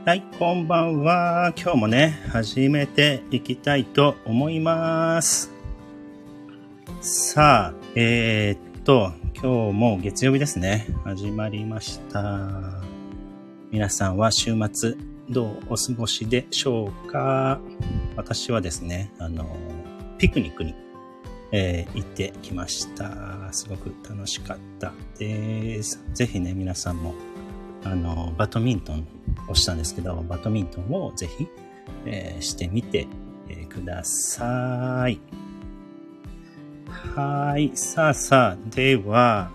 はい、こんばんは。今日もね、始めていきたいと思います。さあ、今日も月曜日ですね。始まりました。皆さんは週末どうお過ごしでしょうか？私はですね、ピクニックに、行ってきました。すごく楽しかったです。ぜひね、皆さんもバドミントンをしたんですけど、バドミントンをぜひ、してみて、ください。はい。さあ、では、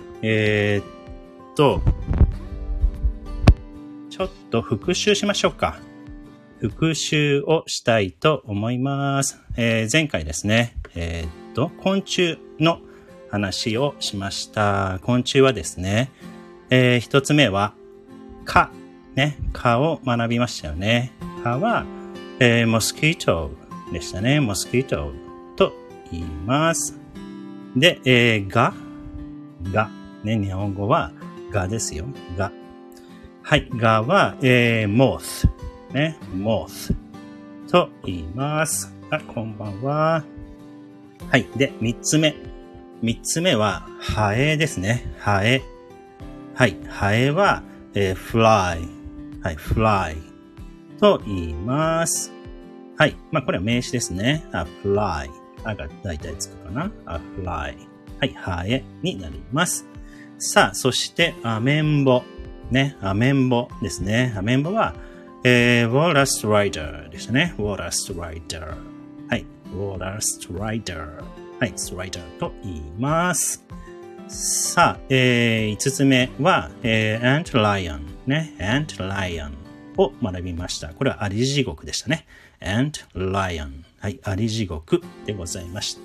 ちょっと復習しましょうか。復習をしたいと思います。前回ですね、昆虫の話をしました。昆虫はですね、一つ目は、蚊を学びましたよね。蚊は、モスキートでしたね。モスキートと言います。で、ガ、ね、日本語はガですよ。ガ。はい、ガは、モース。ね、モースと言います。こんばんは。はい、で、三つ目は、ハエですね。ハエ。はい、ハエは、fly。はい、fly と言います。はい。これは名詞ですね。fly。がだいたいつくかな。fly。はい、ハエになります。さあ、そして、アメンボ。ね、アメンボですね。アメンボは、ウォーラストライダーでしたね。ウォーラストライダー。はい、ウォーラストライダー。はい、ストライダーと言います。さあ、5つ目は、アントライオン。ね、アントライオンを学びました。これはアリジゴクでしたね。アントライオン。はい、アリジゴクでございました。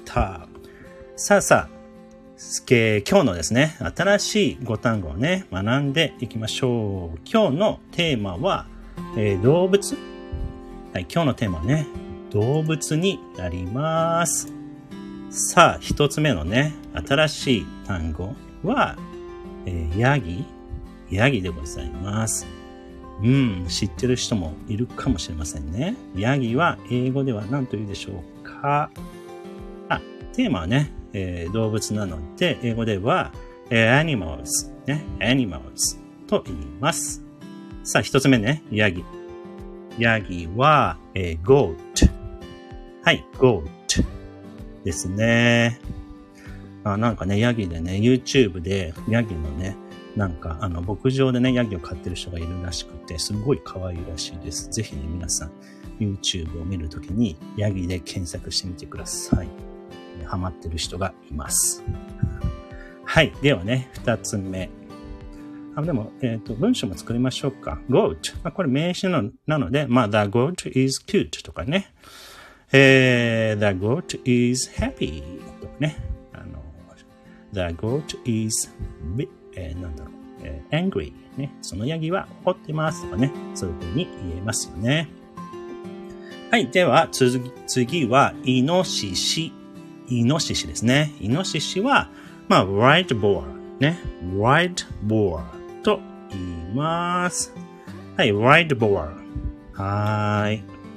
さあ、今日のですね、新しい語単語をね、学んでいきましょう。今日のテーマは、動物。はい、今日のテーマはね、動物になります。さあ、一つ目のね、新しい単語は、ヤギでございます。知ってる人もいるかもしれませんね。ヤギは英語では何と言うでしょうか？テーマはね、動物なので、英語では、animals ね、animals と言います。さあ、一つ目ね、ヤギは、goat。はい、goat ですね。なんかね、ヤギでね、YouTube でヤギのね、なんか牧場でね、ヤギを飼ってる人がいるらしくて、すごい可愛いらしいです。ぜひね、皆さん YouTube を見るときにヤギで検索してみてください。ハマってる人がいます。はい。ではね、二つ目。でも、文章も作りましょうか。goat。これ名詞なので、the goat is cute とかね。the goat is happy とかね。the goat is angry ね。そのヤギは怒ってますとかね。そういう風に言えますよね。はい。では、次は、イノシシですね。イノシシは、wild boar ね。wild boar と言います。はい、wild boar。はい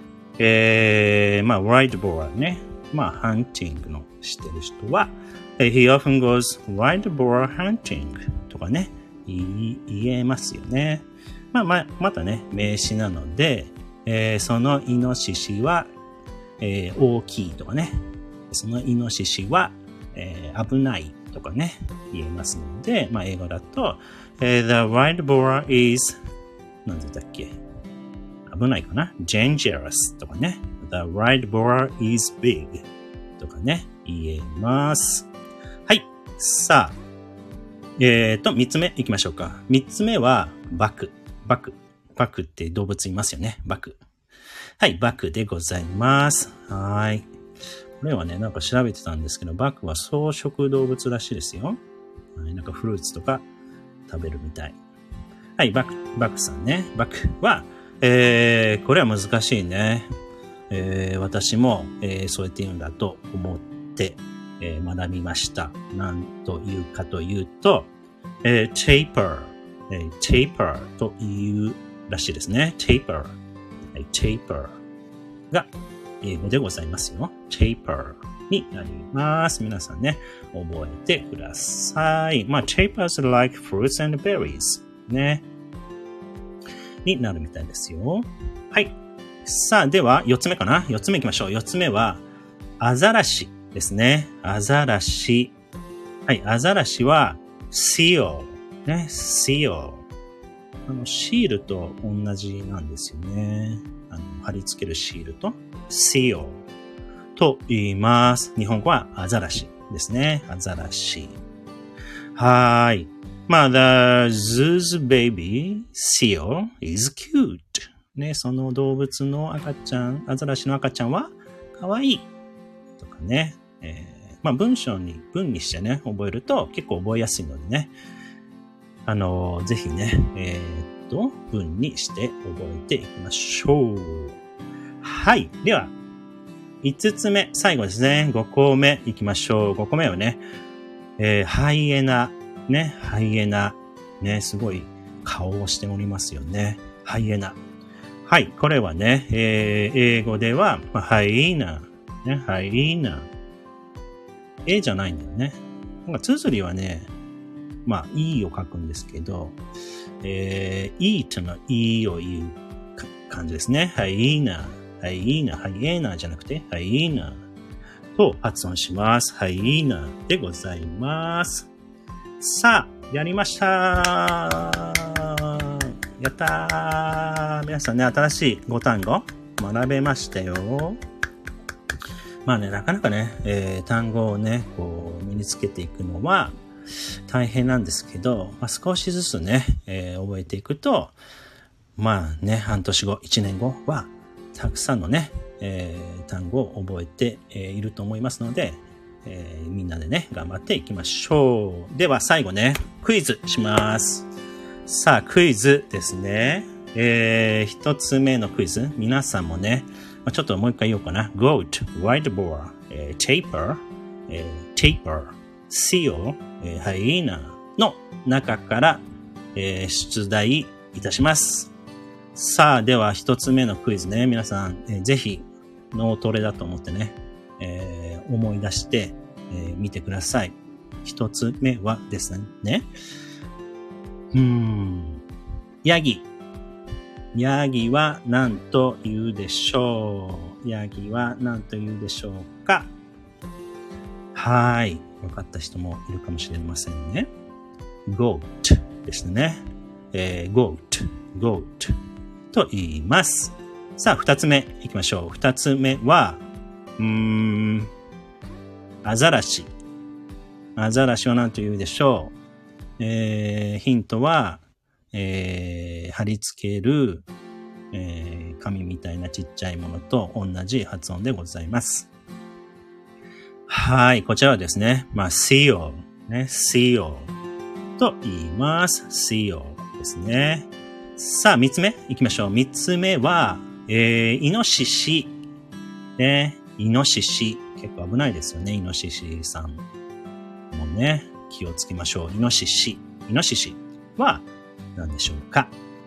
。wild boar ね。ハンティングのしてる人は、he often goes wild boar hunting とかね、言えますよね。またね、名詞なので、そのイノシシは、大きいとかね。そのイノシシは、危ないとかね、言えますので、英語だと、the wild boar is 何だったっけ？危ないかな？ dangerous とかね。the wild boar is big とかね、言えます。はい。さあ、三つ目行きましょうか。三つ目は、バクって動物いますよね。バク。はい、バクでございます。はい。これはね、なんか調べてたんですけど、バクは草食動物らしいですよ。なんかフルーツとか食べるみたい。はい、バクさんね。バクは、これは難しいね。私も、そうやって言うんだと思って、学びました。なんというかというと、taper というらしいですね。taper。はい、taper が英語でございますよ。taper になります。皆さんね、覚えてください。まあ、tapers like fruits and berries ね。になるみたいですよ。はい。さあ、では、4つ目かな ?4 つ目行きましょう。4つ目は、アザラシですね。アザラシ。はい、アザラシは、seal。ね、seal。シールと同じなんですよね。貼り付けるシールと、seal。と言います。日本語はアザラシですね。アザラシ。はーい。まあ、the zoo's baby seal is cute. ね、その動物の赤ちゃん、アザラシの赤ちゃんは可愛いとかね。まあ、文にしてね、覚えると結構覚えやすいのでね。ぜひね、文にして覚えていきましょう。はい。では、5つ目、最後ですね。5個目いきましょう。5個目はね、ハイエナ。ね、ハイエナ。ね、すごい顔をしておりますよね。ハイエナ。はい、これはね、英語では、ハイエナ。ね、ハイエナ。じゃないんだよね。なんか、綴りはね、まあ、E を書くんですけど、E との E を言う感じですね。ハイエナ。ハイエナ、ハイエナじゃなくて、ハイエナと発音します。ハイエナでございます。さあ、やりましたやったー皆さんね、新しい5単語学べましたよ。まあね、なかなかね、単語をね、こう、身につけていくのは大変なんですけど、まあ、少しずつね、覚えていくと、まあね、半年後、1年後は、たくさんのね、単語を覚えて、いると思いますので、みんなでね、頑張っていきましょう。では最後ね、クイズします。さあ、クイズですね。一つ目のクイズ。皆さんもね、ちょっともう一回言おうかな。goat, whiteboard, taper, taper, seal, hyena の中から、出題いたします。さあ、では一つ目のクイズね。皆さん、ぜひ脳トレだと思ってね、思い出して、みてください。一つ目はですね。ヤギ。ヤギは何と言うでしょう。ヤギは何と言うでしょうか。はい。わかった人もいるかもしれませんね。goat ですね。goat と言います。さあ、二つ目行きましょう。二つ目は、アザラシ。アザラシは何と言うでしょう。ヒントは、貼り付ける、紙みたいなちっちゃいものと同じ発音でございます。はい、こちらはですね、まあ、seal ね、seal と言います。seal ですね。さあ、三つ目行きましょう。三つ目は、イノシシ。ね、イノシシ。結構危ないですよね、イノシシさん。もね、気をつけましょう。イノシシ。イノシシは何でしょうか。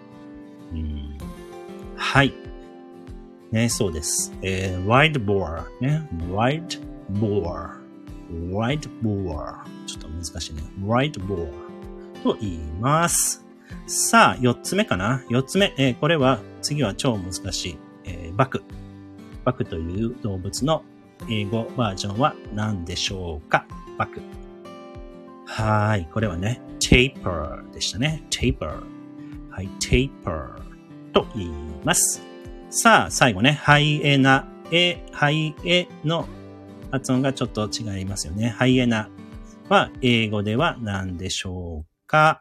はい。ね、そうです。wild boar ね、wild boar。wild boar。ちょっと難しいね。wild boar と言います。さあ、四つ目かな。四つ目、これは、次は超難しい。バク。バクという動物の英語バージョンは何でしょうか。バク。はい。これはね、taper でしたね。taper。はい。taper と言います。さあ、最後ね、ハイエナ。ハイエの発音がちょっと違いますよね。ハイエナは英語では何でしょうか。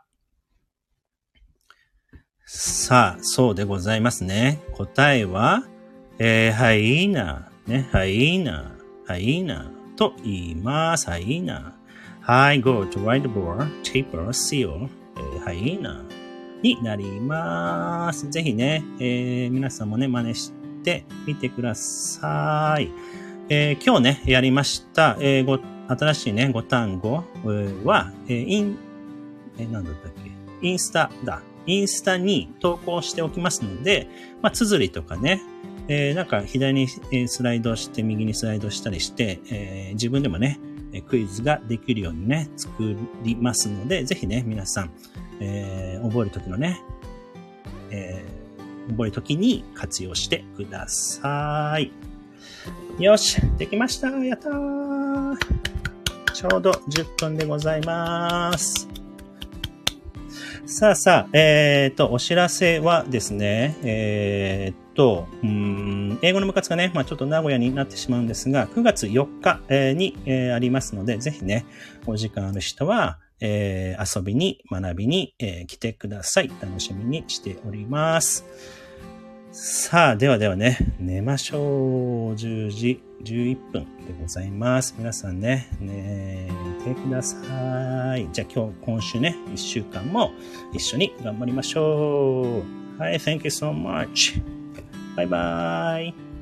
さあ、そうでございますね。答えは、ハイエナ。ね、ハイエナ。ハイエナと言います。ハイエナ。はい、goat, wild boar, taper, seal, ハイエナになります。ぜひね、皆さんもね、真似してみてください。今日ね、やりました、新しいね、5単語は、なんだったっけ？インスタだ。 インスタに投稿しておきますので、まあ、綴りとかね、なんか左にスライドして右にスライドしたりして、自分でもね、クイズができるようにね、作りますので、ぜひね、皆さん、覚えるときのね、覚えるときに活用してください。よし、できました。やったー。ちょうど10分でございます。さあ、お知らせはですね、英語の部活がね、まあちょっと名古屋になってしまうんですが、9月4日にありますので、ぜひね、お時間ある人は、遊びに、学びに来てください。楽しみにしております。さあ、ではね、寝ましょう。10時11分でございます。皆さんね、寝てください。じゃあ今週ね、1週間も一緒に頑張りましょう。はい、thank you so much. バイバイ。